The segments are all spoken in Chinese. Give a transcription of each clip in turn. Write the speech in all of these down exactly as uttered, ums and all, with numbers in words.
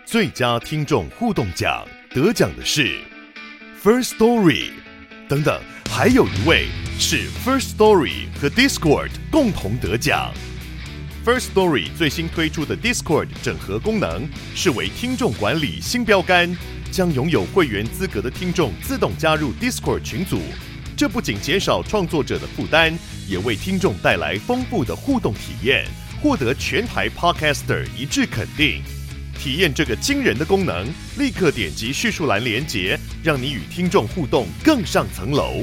最佳听众互动奖得奖的是 First Story， 等等，还有一位是 First Story 和 Discord 共同得奖。First Story 最新推出的 Discord 整合功能，是为听众管理新标杆，将拥有会员资格的听众自动加入 Discord 群组。这不仅减少创作者的负担，也为听众带来丰富的互动体验，获得全台 Podcaster 一致肯定。体验这个惊人的功能，立刻点击叙述栏连结，让你与听众互动更上层楼。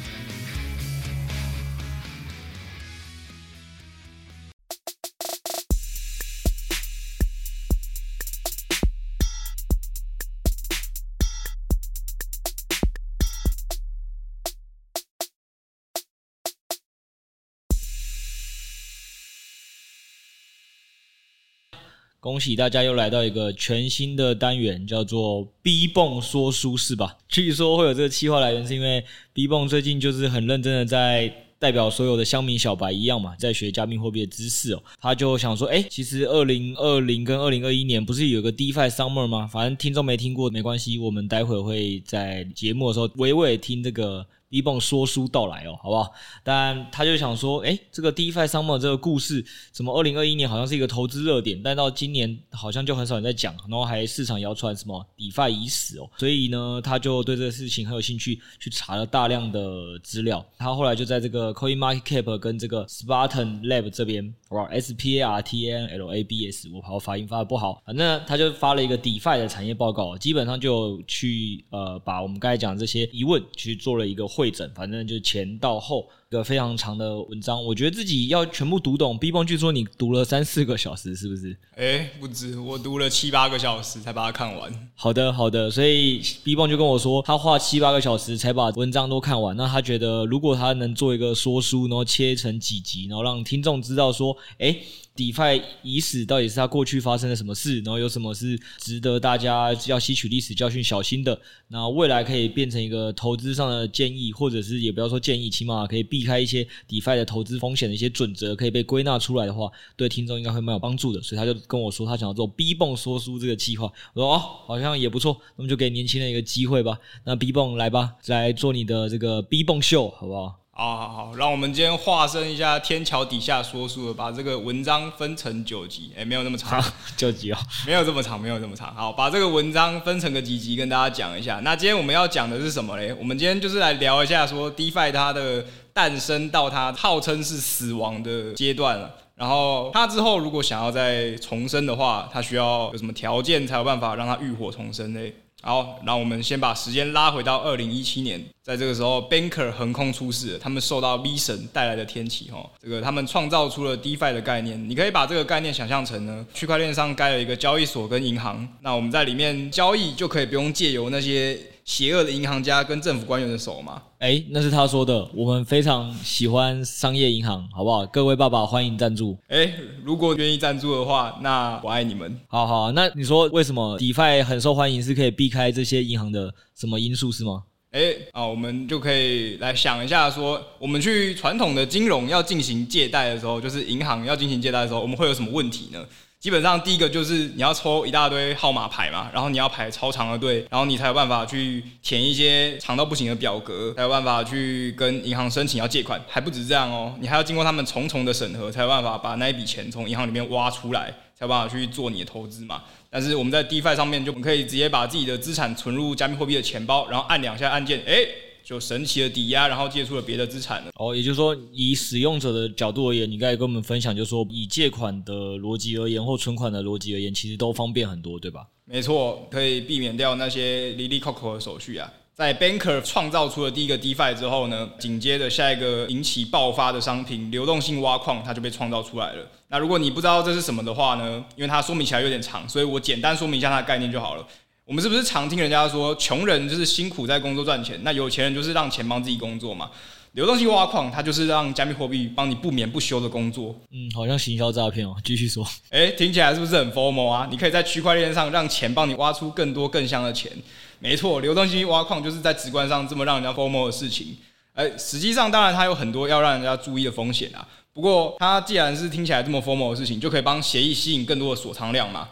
恭喜大家又来到一个全新的单元，叫做 B 蹦说书，是吧？据说会有这个企划来源，是因为 B 蹦最近就是很认真的在代表所有的乡民小白一样嘛，在学加密货币的知识哦。他就想说，哎，其实二零二零跟二零二一年不是有个 DeFi Summer 吗？反正听众没听过没关系，我们待会会在节目的时候娓娓听这个B 蹦说书到来哦，好不好？但他就想说，诶，这个 DeFi Summer 这个故事，什么二零二一年好像是一个投资热点，但到今年好像就很少人在讲，然后还市场谣传什么 DeFi 已死哦，所以呢，他就对这个事情很有兴趣，去查了大量的资料。他后来就在这个 CoinMarketCap 跟这个 Spartan Lab 这边，哇 ，S P A R T A N L A B S， 我怕我发音发的不好，反正他就发了一个 DeFi 的产业报告，基本上就去呃把我们刚才讲的这些疑问去做了一个汇整，反正就是前到后一个非常长的文章，我觉得自己要全部读懂。B 蹦据说你读了三四个小时，是不是？ 哎，不止，我读了七八个小时才把它看完。 好的，好的，所以 B 蹦就跟我说，他花七八个小时才把文章都看完。那他觉得，如果他能做一个说书，然后切成几集，然后让听众知道说，哎，DeFi 已死到底是他过去发生了什么事，然后有什么是值得大家要吸取历史教训小心的，那未来可以变成一个投资上的建议，或者是也不要说建议，起码可以避开一些 DeFi 的投资风险的一些准则可以被归纳出来的话，对听众应该会蛮有帮助的。所以他就跟我说他想要做 B 蹦说书这个计划，我说哦，好像也不错，那么就给年轻人一个机会吧。那 B 蹦来吧，来做你的这个 B 蹦秀好不好？ 好好好，让我们今天化身一下天桥底下说书的，把这个文章分成九集，哎，没有那么长， 九集哦， 没有这么长，没有这么长。好，把这个文章分成个几集跟大家讲一下。那今天我们要讲的是什么嘞？我们今天就是来聊一下说 DeFi 它的诞生到它号称是死亡的阶段了。然后它之后如果想要再重生的话，它需要有什么条件才有办法让它浴火重生嘞？好，然后我们先把时间拉回到二零一七年，在这个时候 Banker 横空出世了，他们受到 V 神带来的天启，这个他们创造出了 DeFi 的概念。你可以把这个概念想象成呢，区块链上盖了一个交易所跟银行，那我们在里面交易就可以不用借由那些邪恶的银行家跟政府官员的手嘛。 哎，那是他说的，我们非常喜欢商业银行，好不好？各位爸爸欢迎赞助。 哎，如果愿意赞助的话，那我爱你们。 好好，那你说为什么 DeFi 很受欢迎，是可以避开这些银行的什么因素是吗？ 哎啊，我们就可以来想一下说，我们去传统的金融要进行借贷的时候，就是银行要进行借贷的时候，我们会有什么问题呢？基本上第一个就是你要抽一大堆号码牌嘛，然后你要排超长的队，然后你才有办法去填一些长到不行的表格，才有办法去跟银行申请要借款。还不止这样哦，你还要经过他们重重的审核，才有办法把那一笔钱从银行里面挖出来，才有办法去做你的投资嘛。但是我们在 DeFi 上面就可以直接把自己的资产存入加密货币的钱包，然后按两下按键，哎，就神奇的抵押，然后借出了别的资产了。 哦，也就是说，以使用者的角度而言，你刚才跟我们分享，就是说以借款的逻辑而言，或存款的逻辑而言，其实都方便很多，对吧？ 没错，可以避免掉那些哩哩扣扣的手续啊。在 Banker 创造出了第一个 DeFi 之后呢，紧接着下一个引起爆发的商品流动性挖矿，它就被创造出来了。那如果你不知道这是什么的话呢，因为它说明起来有点长，所以我简单说明一下它的概念就好了。我们是不是常听人家说，穷人就是辛苦在工作赚钱，那有钱人就是让钱帮自己工作嘛？流动性挖矿，它就是让加密货币帮你不眠不休的工作。 嗯，好像行销诈骗哦。继续说。 哎，听起来是不是很 F O M O 啊？你可以在区块链上让钱帮你挖出更多更香的钱。没错，流动性挖矿就是在直观上这么让人家 F O M O 的事情。哎，实际上当然它有很多要让人家注意的风险啊。不过它既然是听起来这么 F O M O 的事情，就可以帮协议吸引更多的锁仓量嘛。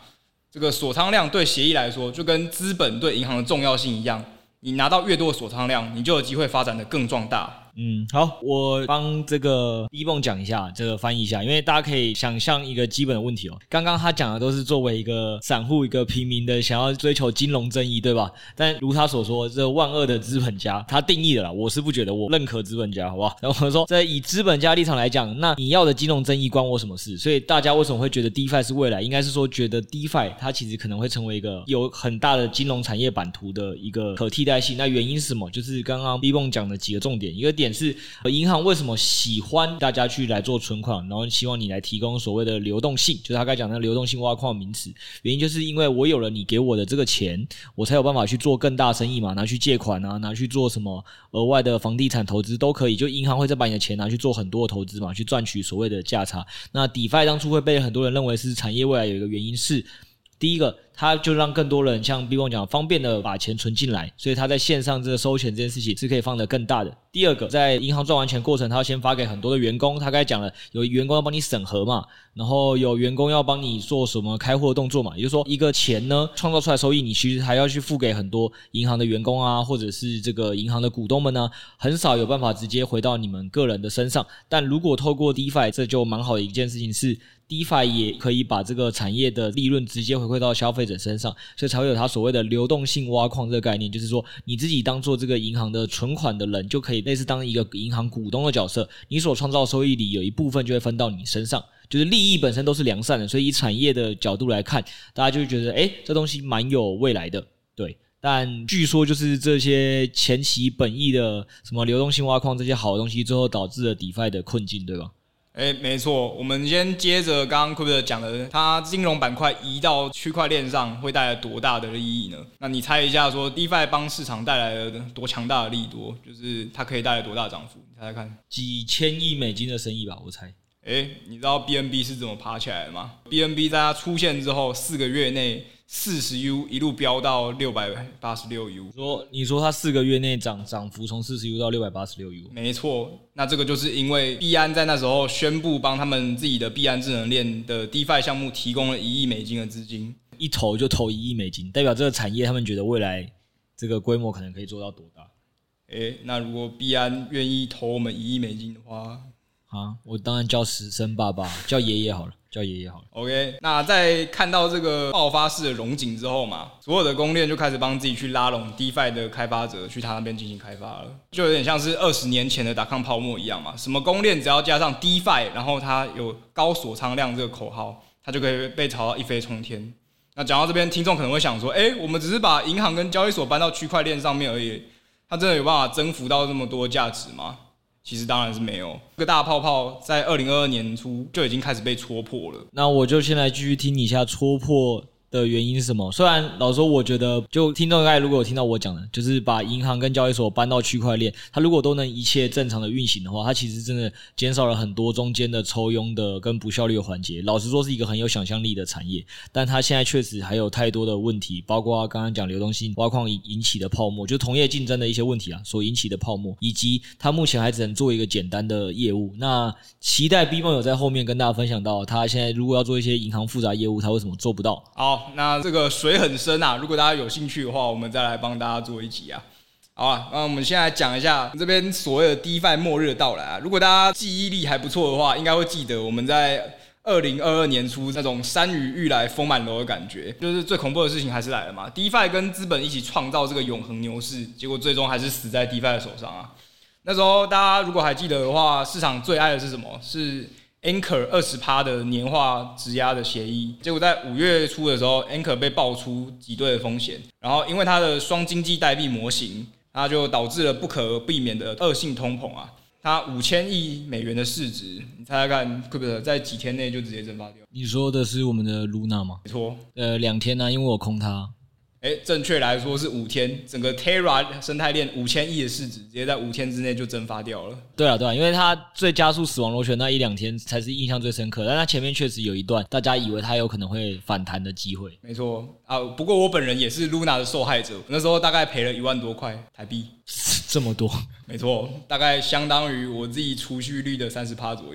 这个锁仓量对协议来说，就跟资本对银行的重要性一样，你拿到越多的锁仓量，你就有机会发展的更壮大。 嗯，好，我帮这个 B 蹦讲一下，这个翻译一下，因为大家可以想象一个基本的问题哦。刚刚他讲的都是作为一个散户、一个平民的想要追求金融正义，对吧？但如他所说，这万恶的资本家，他定义的啦，我是不觉得，我认可资本家，好不好？然后我说，在以资本家立场来讲，那你要的金融正义关我什么事？所以大家为什么会觉得 DeFi 是未来？应该是说，觉得 DeFi 它其实可能会成为一个有很大的金融产业版图的一个可替代性。那原因是什么？就是刚刚 B 蹦讲的几个重点，一个点是银行为什么喜欢大家去来做存款，然后希望你来提供所谓的流动性，就是他刚才讲的流动性挖矿名词。原因就是因为我有了你给我的这个钱，我才有办法去做更大生意嘛，拿去借款啊，拿去做什么额外的房地产投资都可以，就银行会再把你的钱拿去做很多的投资嘛，去赚取所谓的价差。那 DeFi 当初会被很多人认为是产业未来，有一个原因是，第一个，它就让更多人像 B 蹦讲方便的把钱存进来，所以它在线上这个收钱这件事情是可以放得更大的。第二个，在银行赚完钱过程，它要先发给很多的员工，他刚才讲了，有员工要帮你审核嘛，然后有员工要帮你做什么开户的动作嘛，也就是说一个钱呢创造出来收益，你其实还要去付给很多银行的员工啊，或者是这个银行的股东们呢，很少有办法直接回到你们个人的身上。但如果透过 DeFi， 这就蛮好的一件事情是DeFi 也可以把这个产业的利润直接回馈到消费者身上，所以才会有它所谓的流动性挖矿这个概念，就是说你自己当做这个银行的存款的人，就可以类似当一个银行股东的角色，你所创造的收益里有一部分就会分到你身上，就是利益本身都是良善的，所以以产业的角度来看，大家就会觉得诶，这东西蛮有未来的，对。但据说就是这些前期本意的什么流动性挖矿这些好的东西，最后导致了 DeFi 的困境，对吧？ 哎，没错，我们先接着刚刚 Crypto 讲的，它金融板块移到区块链上会带来多大的利益呢？那你猜一下，说 DeFi 帮市场带来了多强大的利多，就是它可以带来多大的涨幅？你猜猜看， 几千亿美金的生意吧，我猜。 哎，你知道 B N B 是怎么爬起来的吗？ B N B 在它出现之后，四个月内四十 U 一路飙到六百八十六 U。 你说，你说它四个月内涨涨幅从四十 U 到六百八十六 U？ 没错，那这个就是因为币安在那时候宣布帮他们自己的币安智能链的 DeFi 项目提供了一亿美金的资金， 一投就投一亿美金，代表这个产业他们觉得未来这个规模可能可以做到多大？ 哎，那如果币安愿意投我们一亿美金的话， 啊，我当然叫实声爸爸，叫爷爷好了，叫爷爷好了。 OK， 那在看到这个爆发式的龙井之后嘛，所有的公链就开始帮自己去拉拢 DeFi 的开发者去他那边进行开发了，就有点像是二十年前的 .com 泡沫一样嘛。什么公链只要加上 DeFi， 然后它有高锁仓量这个口号，它就可以被炒到一飞冲天。那讲到这边，听众可能会想说，哎，我们只是把银行跟交易所搬到区块链上面而已，它真的有办法征服到这么多价值吗？其实当然是没有，这个大泡泡在二零二二年初就已经开始被戳破了。 那我就先来继续听一下戳破的原因是什么。虽然老实说，我觉得就听众大概如果有听到我讲的，就是把银行跟交易所搬到区块链，它如果都能一切正常的运行的话，它其实真的减少了很多中间的抽佣的跟不效率的环节。老实说，是一个很有想象力的产业，但它现在确实还有太多的问题，包括刚刚讲流动性挖矿引起的泡沫，就同业竞争的一些问题啊所引起的泡沫，以及它目前还只能做一个简单的业务。那期待 B 梦有在后面跟大家分享到，他现在如果要做一些银行复杂业务，他为什么做不到？ 好。那这个水很深啊，如果大家有兴趣的话，我们再来帮大家做一集啊。好啊，那我们现在讲一下这边所谓的 DeFi 末日的到来啊。如果大家记忆力还不错的话，应该会记得我们在二零二二年初那种山雨欲来风满楼的感觉，就是最恐怖的事情还是来了嘛。DeFi 跟资本一起创造这个永恒牛市，结果最终还是死在 DeFi 的手上啊。那时候大家如果还记得的话，市场最爱的是什么？是Anchor 百分之二十 的年化质押的协议，结果在五月初的时候 ，Anchor 被爆出挤兑的风险，然后因为它的双经济代币模型，它就导致了不可避免的恶性通膨啊。它五千亿美元的市值，你猜猜看 ，Crypto 在几天内就直接蒸发掉？ 你说的是我们的 Luna 吗？ 没错， 呃，两天啊，因为我空它。 哎，正确来说是五天，整个 Terra 生态链五千亿的市值，直接在五天之内就蒸发掉了。 对啊，对啊，因为它最加速死亡螺旋那一两天才是印象最深刻，但它前面确实有一段大家以为它有可能会反弹的机会。 没错啊，不过我本人也是 Luna 的受害者，那时候大概赔了一万多块台币， 这么多？ 没错，大概相当于我自己储蓄率的 百分之三十 左右。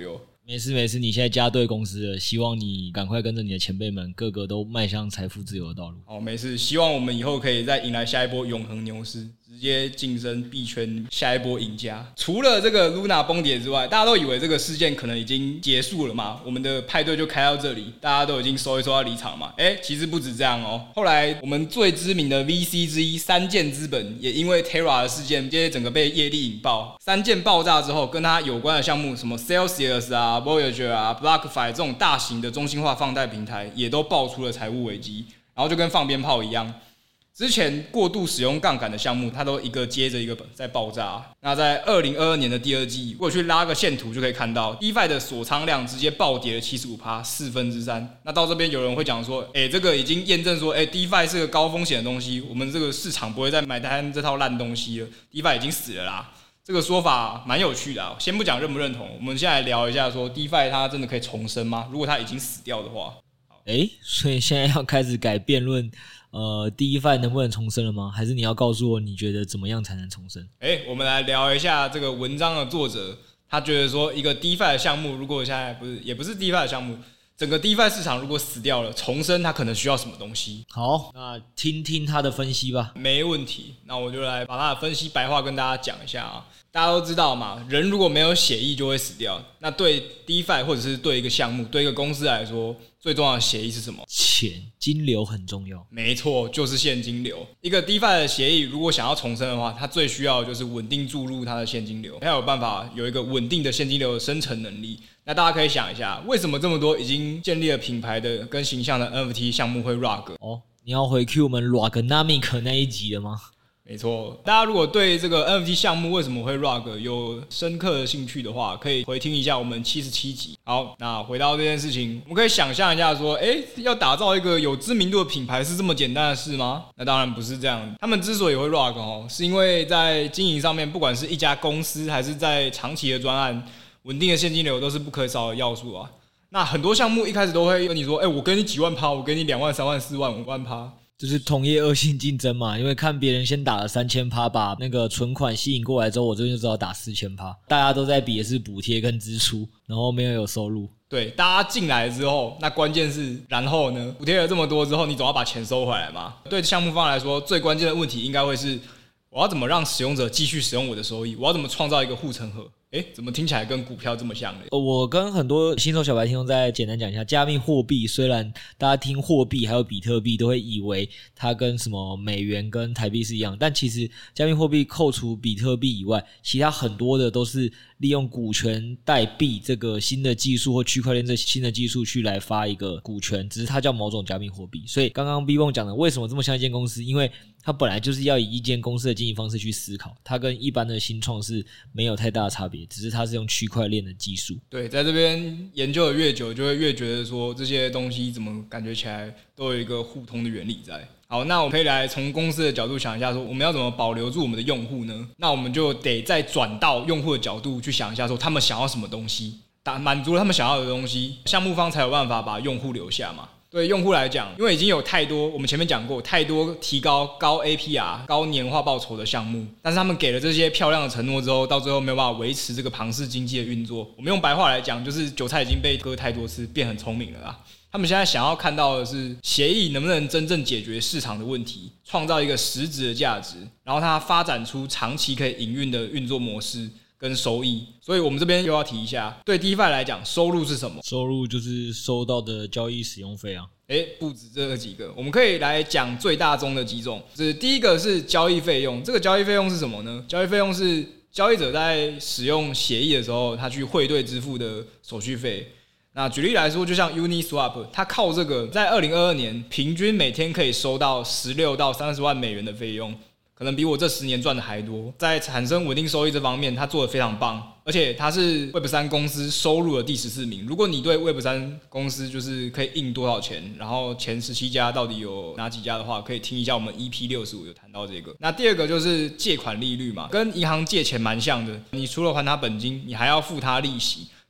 没事没事，你现在加对公司了，希望你赶快跟着你的前辈们，个个都迈向财富自由的道路。 好，没事，希望我们以后可以再迎来下一波永恒牛市，直接晋升币圈下一波赢家。除了这个 Luna 崩跌之外，大家都以为这个事件可能已经结束了嘛，我们的派对就开到这里，大家都已经收一收要离场嘛。哎，其实不止这样哦。后来我们最知名的 V C 之一三箭资本也因为 Terra 的事件，直接整个被业力引爆。三箭爆炸之后，跟它有关的项目，什么 Celsius 啊、Voyager 啊、BlockFi 这种大型的中心化放贷平台，也都爆出了财务危机，然后就跟放鞭炮一样。之前过度使用杠杆的项目，它都一个接着一个在爆炸。那在二零二二年的第二季，如果去拉个线图就可以看到 ，DeFi 的锁仓量直接暴跌了 百分之七十五， 四分之三。那到这边有人会讲说，哎、欸，这个已经验证说，哎、欸、，DeFi 是个高风险的东西，我们这个市场不会再买单这套烂东西了 ，DeFi 已经死了啦。这个说法蛮有趣的啊，先不讲认不认同，我们现在来聊一下说 DeFi 它真的可以重生吗？如果它已经死掉的话， 哎，所以现在要开始改辩论。呃 ，DeFi 能不能重生了吗？还是你要告诉我你觉得怎么样才能重生？ 哎，我们来聊一下这个文章的作者，他觉得说一个 DeFi 的项目，如果现在不是也不是 DeFi 的项目，整个 DeFi 市场如果死掉了，重生它可能需要什么东西？ 好，那听听他的分析吧。 没问题，那我就来把他的分析白话跟大家讲一下啊。大家都知道嘛，人如果没有血液就会死掉。那对 DeFi 或者是对一个项目、对一个公司来说，最重要的血液是什么？ 钱，金流很重要。 没错，就是现金流。一个 DeFi 的协议如果想要重生的话，它最需要的就是稳定注入它的现金流，它有办法有一个稳定的现金流的生成能力。那大家可以想一下，为什么这么多已经建立了品牌的跟形象的 N F T 项目会 rug？ 哦，你要回 Q 我们 Rugnomic 那一集了吗？ 没错，大家如果对这个 N F T 项目为什么会 rug 有深刻的兴趣的话，可以回听一下我们七十七集。好，那回到这件事情，我们可以想象一下说，哎，要打造一个有知名度的品牌是这么简单的事吗？那当然不是这样。他们之所以会 rug 哦，是因为在经营上面，不管是一家公司还是在长期的专案，稳定的现金流都是不可少的要素啊。那很多项目一开始都会跟你说，哎，我给你几万趴，我给你两万、三万、四万、五万趴。 就是同业恶性竞争嘛，因为看别人先打了三千趴，把那个存款吸引过来之后，我这边就知道打四千趴，大家都在比的是补贴跟支出，然后没有有收入。 对，大家进来之后，那关键是然后呢，补贴了这么多之后，你总要把钱收回来嘛。对项目方来说，最关键的问题应该会是，我要怎么让使用者继续使用我的收益？我要怎么创造一个护城河？哎，怎么听起来跟股票这么像呢？ 我跟很多新手小白听众再简单讲一下，加密货币虽然大家听货币还有比特币都会以为它跟什么美元跟台币是一样，但其实加密货币扣除比特币以外，其他很多的都是利用股权代币这个新的技术或区块链这新的技术去来发一个股权，只是它叫某种加密货币。所以刚刚 B 梦讲的为什么这么像一间公司，因为它本来就是要以一间公司的经营方式去思考，它跟一般的新创是没有太大的差别，只是它是用区块链的技术。 对，在这边研究的越久，就会越觉得说这些东西怎么感觉起来都有一个互通的原理在。好，那我们可以来从公司的角度想一下说，我们要怎么保留住我们的用户呢？那我们就得再转到用户的角度去想一下说，他们想要什么东西，打满足了他们想要的东西，项目方才有办法把用户留下嘛。对用户来讲，因为已经有太多，我们前面讲过太多提高高 A P R、高年化报酬的项目，但是他们给了这些漂亮的承诺之后，到最后没有办法维持这个庞氏经济的运作。我们用白话来讲，就是韭菜已经被割太多次，变很聪明了啦。他们现在想要看到的是，协议能不能真正解决市场的问题，创造一个实质的价值，然后它发展出长期可以营运的运作模式跟收益。所以我们这边又要提一下，对 DeFi 来讲，收入是什么？ 收入就是收到的交易使用费啊。 诶，不止这几个，我们可以来讲最大宗的几种。就是第一个是交易费用，这个交易费用是什么呢？交易费用是交易者在使用协议的时候，他去汇兑支付的手续费。那举例来说，就像 Uniswap， 它靠这个在二零二二年平均每天可以收到十六到三十万美元的费用，可能比我这十年赚的还多。在产生稳定收益这方面，它做得非常棒，而且它是 Web 三 公司收入的第十四名。如果你对 Web 三 公司就是可以印多少钱，然后前十七家到底有哪几家的话，可以听一下我们 E P 六十五 有谈到这个。那第二个就是借款利率嘛，跟银行借钱蛮像的，你除了还它本金，你还要付它利息。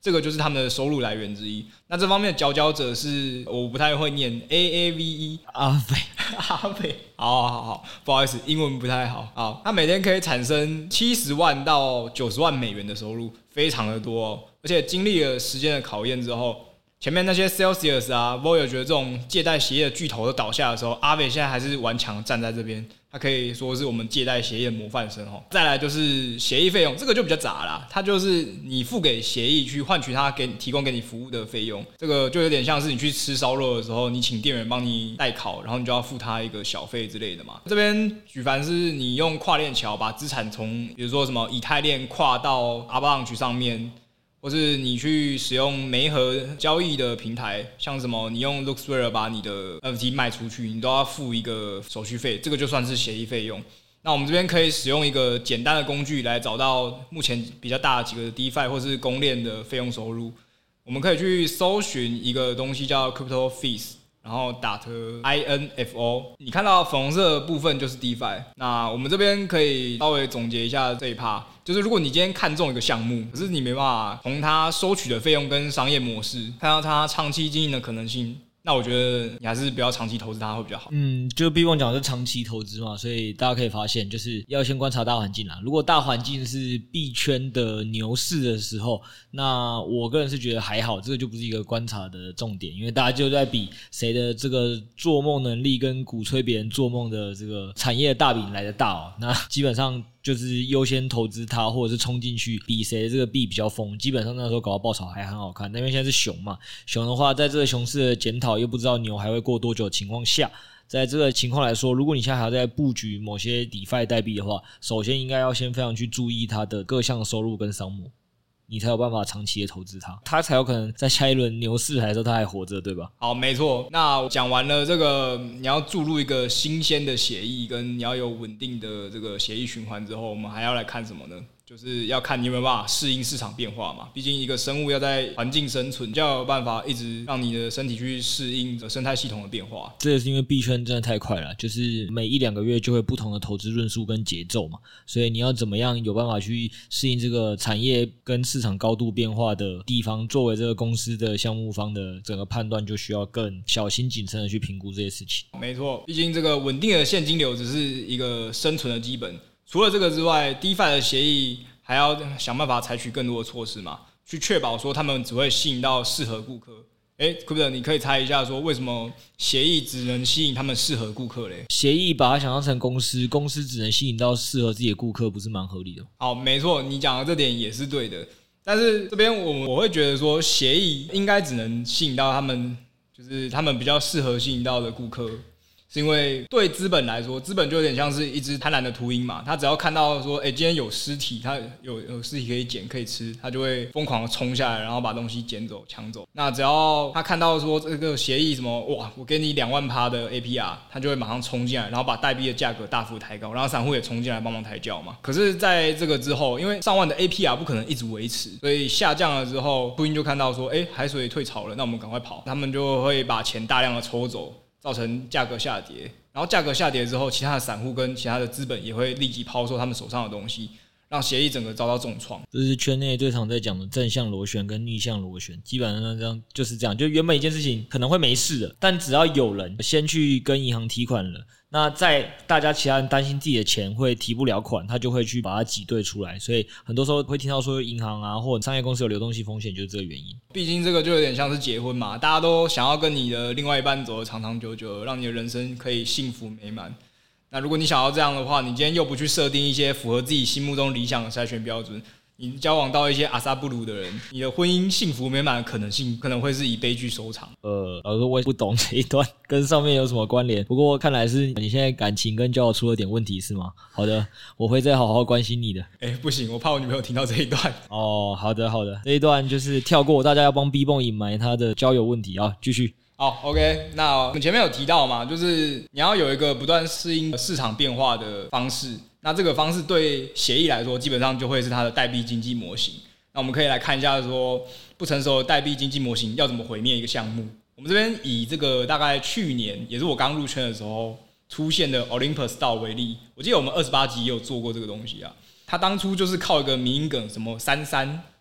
这个就是他们的收入来源之一。那这方面的佼佼者是我不太会念 A A V E 阿飞阿飞，好好好好，不好意思，英文不太好。好，他每天可以产生七十万到九十万美元的收入，非常的多哦。而且经历了时间的考验之后，前面那些 Celsius 啊 Voyager 这种借贷协议的巨头都倒下的时候，阿伟现在还是顽强站在这边。它可以说是我们借贷协议的模范生。再来就是协议费用，这个就比较杂啦，它就是你付给协议去换取它给提供给你服务的费用，这个就有点像是你去吃烧肉的时候，你请店员帮你代烤，然后你就要付他一个小费之类的嘛。这边举凡是你用跨链桥把资产从比如说什么以太链跨到 Avalanche 上面，或是你去使用媒合交易的平台，像什么你用 LuxRare 把你的 N F T 卖出去，你都要付一个手续费，这个就算是协议费用。那我们这边可以使用一个简单的工具来找到目前比较大的几个 DeFi 或是公链的费用收入。我们可以去搜寻一个东西叫 Crypto Fees， 然后打成 I N F O， 你看到粉红色的部分就是 DeFi。那我们这边可以稍微总结一下这一 part， 就是如果你今天看中一个项目，可是你没办法从它收取的费用跟商业模式看到它长期经营的可能性，那我觉得你还是不要长期投资它会比较好。 嗯，就 B 梦讲的是长期投资嘛，所以大家可以发现，就是要先观察大环境啦。如果大环境是币圈的牛市的时候，那我个人是觉得还好，这个就不是一个观察的重点，因为大家就在比谁的这个做梦能力跟鼓吹别人做梦的这个产业大饼来的大哦。那基本上就是优先投资它，或者是冲进去比谁的这个币比较疯，基本上那时候搞到报酬还很好看。但因为现在是熊嘛，熊的话在这个熊市的检讨又不知道牛还会过多久的情况下，在这个情况来说，如果你现在还要在布局某些 DeFi 代币的话，首先应该要先非常去注意它的各项收入跟商模，你才有办法长期的投资它，它才有可能在下一轮牛市来的时候它还活着，对吧？ 好，没错。那讲完了这个，你要注入一个新鲜的协议，跟你要有稳定的这个协议循环之后，我们还要来看什么呢？就是要看你有没有办法适应市场变化嘛。毕竟一个生物要在环境生存，就要有办法一直让你的身体去适应生态系统的变化。 这也是因为币圈真的太快了，就是每一两个月就会不同的投资论述跟节奏嘛，所以你要怎么样有办法去适应这个产业跟市场高度变化的地方，作为这个公司的项目方的整个判断，就需要更小心谨慎的去评估这些事情。 没错，毕竟这个稳定的现金流只是一个生存的基本。除了这个之外 ，DeFi 的协议还要想办法采取更多的措施嘛，去确保说他们只会吸引到适合顾客。哎 ，Crypto， 你可以猜一下说为什么协议只能吸引他们适合顾客嘞？ 协议把它想象成公司，公司只能吸引到适合自己的顾客，不是蛮合理的？ 好，没错，你讲的这点也是对的。但是这边我我会觉得说，协议应该只能吸引到他们，就是他们比较适合吸引到的顾客。是因为对资本来说，资本就有点像是一只贪婪的秃鹰嘛，他只要看到说，哎、欸，今天有尸体，他有有尸体可以捡可以吃，他就会疯狂的冲下来，然后把东西捡走抢走。那只要他看到说这个协议什么，哇，我给你两万趴的 A P R， 他就会马上冲进来，然后把代币的价格大幅抬高，然后散户也冲进来帮忙抬轿嘛。可是在这个之后，因为上万的 A P R 不可能一直维持，所以下降了之后，秃鹰就看到说，哎、欸，海水退潮了，那我们赶快跑，他们就会把钱大量的抽走，造成价格下跌。然后价格下跌之后，其他的散户跟其他的资本也会立即抛售他们手上的东西，让协议整个遭到重创。 这是圈内最常在讲的正向螺旋跟逆向螺旋，基本上这样就是这样。就原本一件事情可能会没事的，但只要有人先去跟银行提款了，那在大家其他人担心自己的钱会提不了款，他就会去把它挤兑出来。所以很多时候会听到说银行啊或者商业公司有流动性风险，就是这个原因。 毕竟这个就有点像是结婚嘛，大家都想要跟你的另外一半走得长长久久，让你的人生可以幸福美满。那如果你想要这样的话，你今天又不去设定一些符合自己心目中理想的筛选标准，你交往到一些阿萨布鲁的人，你的婚姻幸福美满的可能性可能会是以悲剧收场。 呃，老实说我也不懂这一段跟上面有什么关联，不过看来是你现在感情跟交友出了点问题是吗？好的，我会再好好关心你的。 哎、欸，不行，我怕我女朋友听到这一段。 哦，好的好的，这一段就是跳过，大家要帮 B 蹦隐瞒他的交友问题啊，继续。 好 ，OK， 那我们前面有提到嘛，就是你要有一个不断适应市场变化的方式。那这个方式对协议来说，基本上就会是它的代币经济模型。那我们可以来看一下说，不成熟的代币经济模型要怎么毁灭一个项目。我们这边以这个大概去年，也是我刚入圈的时候出现的 Olympus D A O 为例，我记得我们二十八集也有做过这个东西啊。它当初就是靠一个迷因梗，什么三三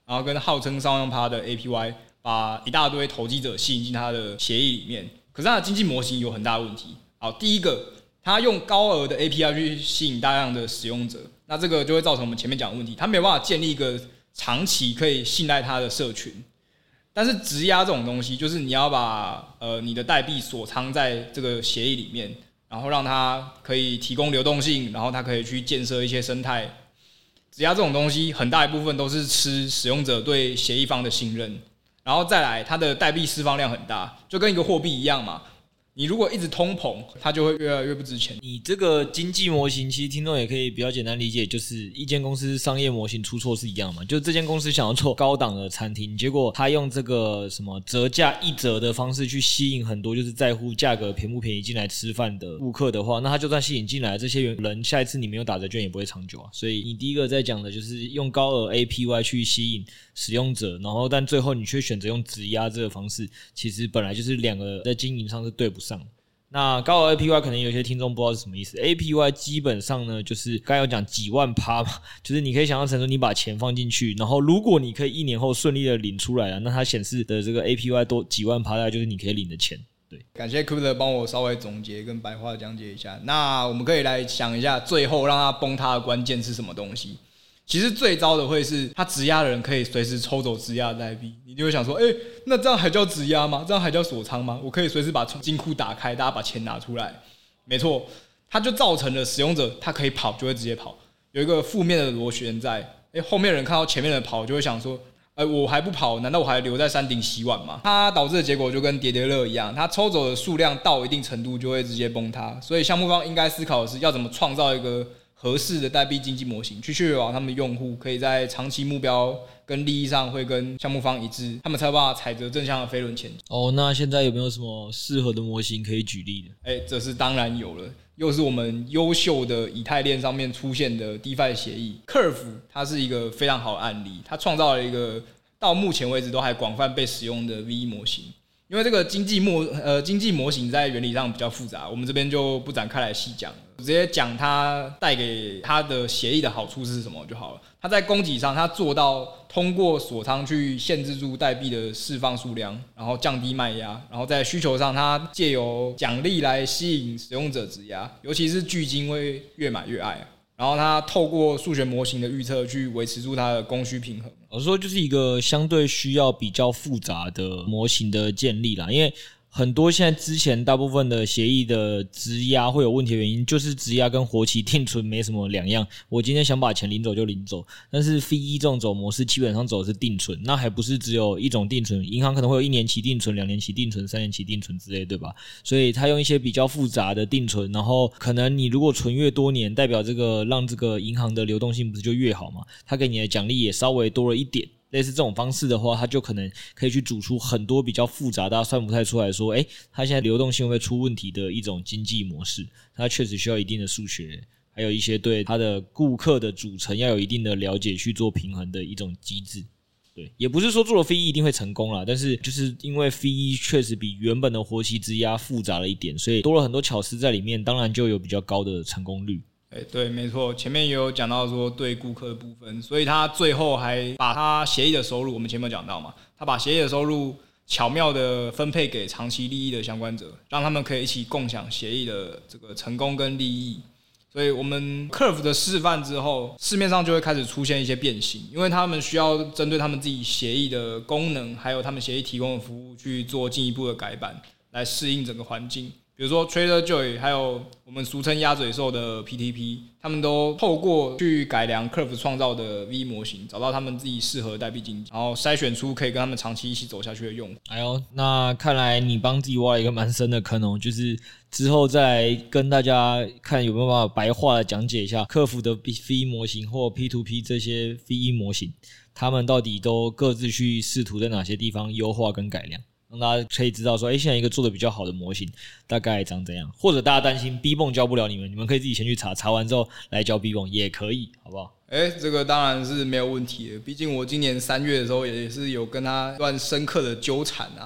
然后跟号称上万趴的 A P Y， 把一大堆投机者吸引进他的协议里面。可是它的经济模型有很大的问题。好，第一个，它用高额的 A P I 去吸引大量的使用者，那这个就会造成我们前面讲的问题，它没有办法建立一个长期可以信赖它的社群。但是质押这种东西，就是你要把呃你的代币锁仓在这个协议里面，然后让它可以提供流动性，然后它可以去建设一些生态。质押这种东西，很大一部分都是吃使用者对协议方的信任，然后再来它的代币释放量很大，就跟一个货币一样嘛。你如果一直通膨，它就会越来越不值钱。 你这个经济模型，其实听众也可以比较简单理解，就是一间公司商业模型出错是一样嘛。就这间公司想要做高档的餐厅，结果他用这个什么折价一折的方式去吸引很多就是在乎价格便不便宜进来吃饭的顾客的话，那他就算吸引进来这些人，下一次你没有打折券也不会长久啊。所以你第一个在讲的就是用高额 A P Y 去吸引使用者，然后但最后你却选择用质押这个方式，其实本来就是两个在经营上是对不上。那高额 A P Y 可能有些听众不知道是什么意思。A P Y 基本上呢，就是刚才有讲几万趴嘛，就是你可以想象成说你把钱放进去，然后如果你可以一年后顺利的领出来了，那它显示的这个 A P Y 多几万趴，大概就是你可以领的钱。对， 感谢 Cooper 帮我稍微总结跟白话讲解一下。那我们可以来想一下，最后让它崩塌的关键是什么东西？其实最糟的会是，他质押的人可以随时抽走质押的代币，你就会想说，哎、欸，那这样还叫质押吗？这样还叫锁仓吗？我可以随时把金库打开，大家把钱拿出来。没错，它就造成了使用者他可以跑就会直接跑，有一个负面的螺旋在。哎、欸，后面人看到前面的跑，就会想说，哎、欸，我还不跑，难道我还留在山顶洗碗吗？它导致的结果就跟叠叠乐一样，它抽走的数量到一定程度就会直接崩塌。所以项目方应该思考的是，要怎么创造一个合适的代币经济模型，去确保他们的用户可以在长期目标跟利益上会跟项目方一致，他们才有办法踩着正向的飞轮前进。 哦，那现在有没有什么适合的模型可以举例的？ 哎、欸，这是当然有了，又是我们优秀的以太链上面出现的 DeFi 协议 Curve， 它是一个非常好的案例，它创造了一个到目前为止都还广泛被使用的 V E 模型。因为这个经济模呃经济模型在原理上比较复杂，我们这边就不展开来细讲了，直接讲它带给它的协议的好处是什么就好了。它在供给上，它做到通过锁仓去限制住代币的释放数量，然后降低卖压，然后在需求上，它借由奖励来吸引使用者质押，尤其是巨鲸会越买越爱。然后它透过数学模型的预测去维持住它的供需平衡。 我说就是一个相对需要比较复杂的模型的建立啦，因为很多现在之前大部分的协议的质押会有问题的原因，就是质押跟活期定存没什么两样。我今天想把钱领走就领走，但是 V E 这种走模式基本上走的是定存，那还不是只有一种定存，银行可能会有一年期定存、两年期定存、三年期定存之类，对吧？所以他用一些比较复杂的定存，然后可能你如果存越多年，代表这个让这个银行的流动性不是就越好嘛？他给你的奖励也稍微多了一点。类似这种方式的话，它就可能可以去组出很多比较复杂大家算不太出来说，诶，它现在流动性会出问题的一种经济模式。它确实需要一定的数学，还有一些对它的顾客的组成要有一定的了解去做平衡的一种机制。对，也不是说做了 V E 一定会成功啦，但是就是因为 V E 确实比原本的活期质押复杂了一点，所以多了很多巧思在里面，当然就有比较高的成功率。 欸、对，没错，前面也有讲到说对顾客的部分，所以他最后还把他协议的收入，我们前面有讲到嘛，他把协议的收入巧妙的分配给长期利益的相关者，让他们可以一起共享协议的这个成功跟利益。所以我们 Curve 的示范之后，市面上就会开始出现一些变形，因为他们需要针对他们自己协议的功能，还有他们协议提供的服务去做进一步的改版，来适应整个环境。比如说 Trader Joy 还有我们俗称鸭嘴兽的 P T P， 他们都透过去改良 Curve 创造的 V 模型，找到他们自己适合的代币经济，然后筛选出可以跟他们长期一起走下去的用户。 哎呦，那看来你帮自己挖了一个蛮深的坑哦，就是之后再来跟大家看有没有办法白话的讲解一下客服的 V 模型或 P to P 这些 V E 模型，他们到底都各自去试图在哪些地方优化跟改良。让大家可以知道说，哎，现在一个做的比较好的模型大概长怎样，或者大家担心 B 泵教不了你们，你们可以自己先去查，查完之后来教 B 泵也可以，好不好？ 哎，这个当然是没有问题的，毕竟我今年三月的时候也是有跟他一段深刻的纠缠啊。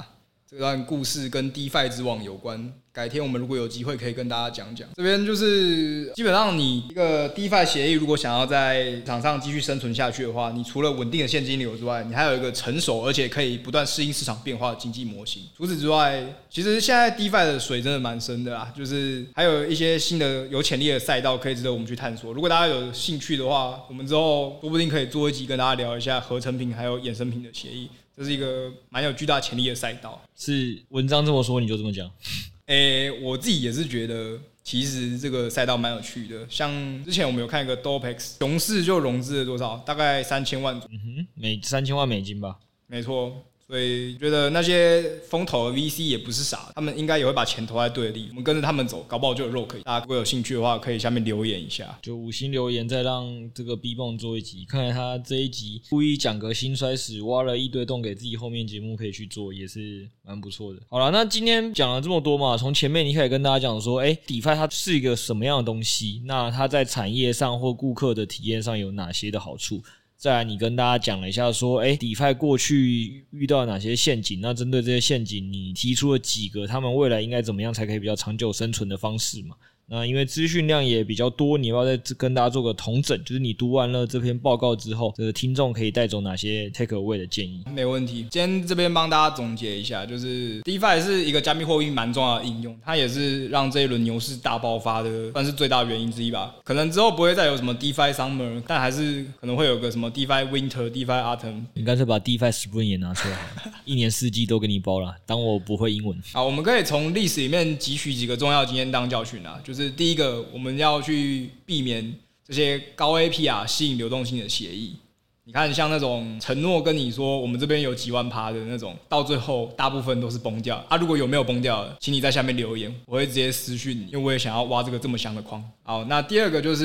这段故事跟 DeFi 之王有关，改天我们如果有机会可以跟大家讲讲。这边就是基本上你一个 DeFi 协议，如果想要在市场上继续生存下去的话，你除了稳定的现金流之外，你还有一个成熟而且可以不断适应市场变化的经济模型。除此之外，其实现在 DeFi 的水真的蛮深的啦，就是还有一些新的有潜力的赛道可以值得我们去探索。如果大家有兴趣的话，我们之后说不定可以做一集跟大家聊一下合成品还有衍生品的协议。这是一个蛮有巨大潜力的赛道。 是文章这么说，你就这么讲？ 诶、欸，我自己也是觉得，其实这个赛道蛮有趣的。像之前我们有看一个 Dopex， 熊市就融资了多少？大概三千万左右。 嗯哼，每三千万美金吧。 没错。所以觉得那些风投的 V C 也不是傻，他们应该也会把钱投在对的地方。我们跟着他们走，搞不好就有肉可以。大家如果有兴趣的话，可以下面留言一下， 就五星留言，再让这个 B 泵做一集。看来他这一集故意讲个兴衰史，挖了一堆洞给自己后面节目可以去做，也是蛮不错的。好了，那今天讲了这么多嘛，从前面你可以跟大家讲说，哎、欸、，DeFi 它是一个什么样的东西？那它在产业上或顾客的体验上有哪些的好处？再来，你跟大家讲了一下说，哎 ，DeFi 过去遇到哪些陷阱？那针对这些陷阱，你提出了几个他们未来应该怎么样才可以比较长久生存的方式嘛？那因为资讯量也比较多，你要不要再跟大家做个统整？就是你读完了这篇报告之后，这个听众可以带走哪些 take away 的建议？ 没问题。今天这边帮大家总结一下，就是 DeFi 是一个加密货币蛮重要的应用，它也是让这一轮牛市大爆发的，算是最大原因之一吧。可能之后不会再有什么 DeFi Summer， 但还是可能会有个什么 DeFi Winter、DeFi Autumn。 你干脆把 DeFi Spring 也拿出来好了，一年四季都给你包了。当我不会英文。 好，我们可以从历史里面汲取几个重要经验当教训啊，就是。就是第一个，我们要去避免这些高 A P R 吸引流动性的协议。你看，像那种承诺跟你说我们这边有几万趴的那种，到最后大部分都是崩掉啊。如果有没有崩掉的，请你在下面留言，我会直接私讯你，因为我也想要挖这个这么香的矿。好，那第二个就是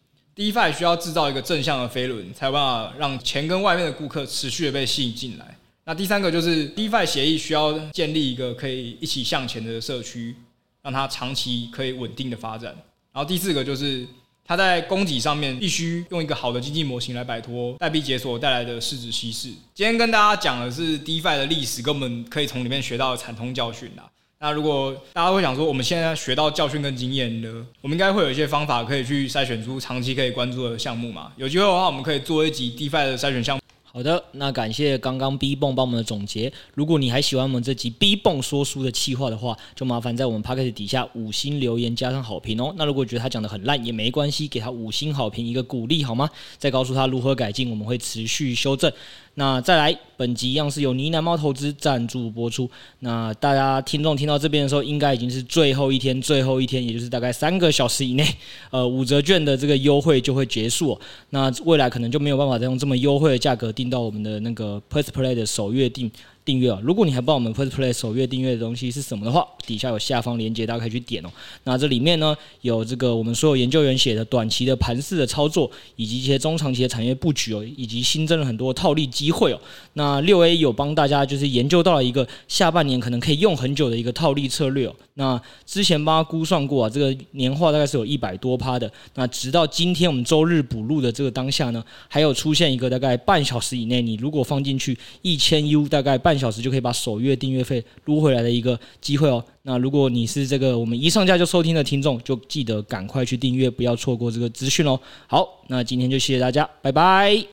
DeFi 需要制造一个正向的飞轮，才有办法让钱跟外面的顾客持续的被吸引进来。那第三个就是 DeFi 协议需要建立一个可以一起向前的社区。让它长期可以稳定的发展。然后第四个就是它在供给上面必须用一个好的经济模型来摆脱代币解锁带来的市值稀释。今天跟大家讲的是 DeFi 的历史，跟我们可以从里面学到的惨痛教训啦。那如果大家会想说我们现在学到教训跟经验了，我们应该会有一些方法可以去筛选出长期可以关注的项目嘛？有机会的话，我们可以做一集 DeFi 的筛选项目。 好的，那感谢刚刚 B 泵帮我们的总结。如果你还喜欢我们这集 B 泵说书的企划的话，就麻烦在我们 Podcast 底下五星留言加上好评哦。那如果觉得他讲的很烂也没关系，给他五星好评一个鼓励好吗？再告诉他如何改进，我们会持续修正。那再来，本集一样是由呢喃猫投资赞助播出。那大家听众听到这边的时候，应该已经是最后一天，最后一天，也就是大概三个小时以内，呃，五折券的这个优惠就会结束哦。那未来可能就没有办法再用这么优惠的价格订到我们的那个 First Play 的首月订订阅哦。如果你还不知道我们 First Play 首月订阅的东西是什么的话，底下有下方连结，大家可以去点哦。那这里面呢有这个我们所有研究员写的短期的盘势的操作，以及一些中长期的产业布局哦，以及新增了很多套利机会哦。那六 A 有帮大家就是研究到了一个下半年可能可以用很久的一个套利策略哦。那之前帮他估算过啊，这个年化大概是有一百多趴的。那直到今天我们周日补录的这个当下呢，还有出现一个大概半小时以内，你如果放进去一千 U， 大概半小时就可以把首月订阅费撸回来的一个机会哦。那如果你是这个我们一上架就收听的听众，就记得赶快去订阅，不要错过这个资讯哦。好，那今天就谢谢大家，拜拜。